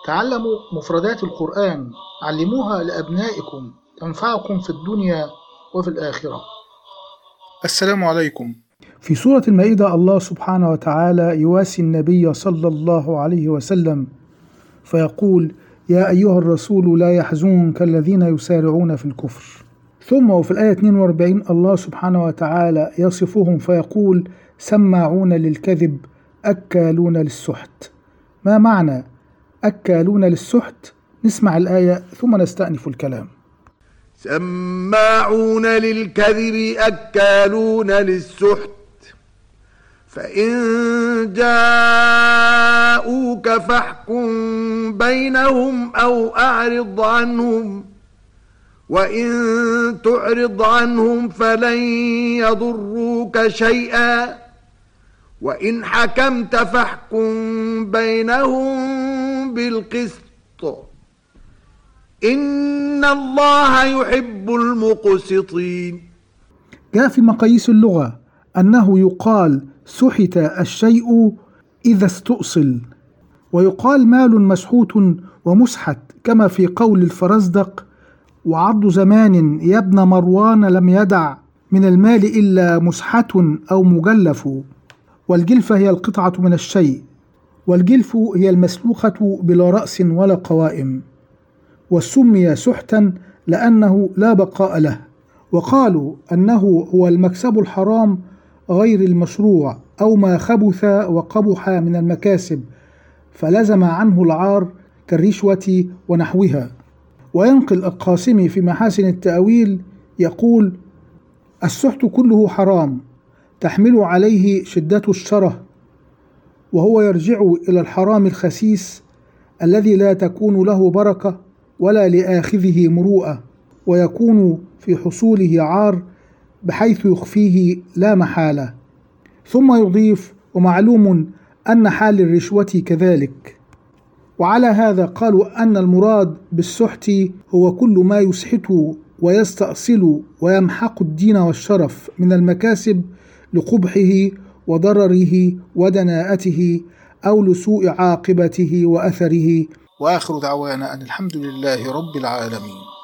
تعلموا مفردات القرآن، علموها لأبنائكم تنفعكم في الدنيا وفي الآخرة. السلام عليكم. في سورة المائدة الله سبحانه وتعالى يواسي النبي صلى الله عليه وسلم فيقول: يا أيها الرسول لا يحزنك الذين يسارعون في الكفر. ثم وفي الآية 42 الله سبحانه وتعالى يصفهم فيقول: سماعون للكذب أكالون للسحت. ما معنى أكالون للسحت؟ نسمع الآية ثم نستأنف الكلام. سماعون للكذب أكالون للسحت، فإن جاءوك فاحكم بينهم أو أعرض عنهم، وإن تعرض عنهم فلن يضروك شيئا، وإن حكمت فاحكم بينهم بالقسط، إن الله يحب المقسطين. جاء في مقاييس اللغة أنه يقال سحت الشيء إذا استؤصل، ويقال مال مسحوت ومسحت، كما في قول الفرزدق: وعض زمان يا ابن مروان لم يدع من المال إلا مسحة أو مجلف. والجلفة هي القطعة من الشيء، والجلف هي المسلوخة بلا رأس ولا قوائم، وسمي سحتا لأنه لا بقاء له. وقالوا أنه هو المكسب الحرام غير المشروع أو ما خبث وقبح من المكاسب فلزم عنه العار كالرشوة ونحوها. وينقل القاسمي في محاسن التأويل يقول: السحت كله حرام تحمل عليه شدة الشره، وهو يرجع إلى الحرام الخسيس الذي لا تكون له بركة ولا لآخذه مروءة، ويكون في حصوله عار بحيث يخفيه لا محالة. ثم يضيف: ومعلوم أن حال الرشوة كذلك. وعلى هذا قالوا أن المراد بالسحت هو كل ما يسحت ويستأصل ويمحق الدين والشرف من المكاسب لقبحه وضرره ودناءته أو لسوء عاقبته وأثره. وآخر دعوانا أن الحمد لله رب العالمين.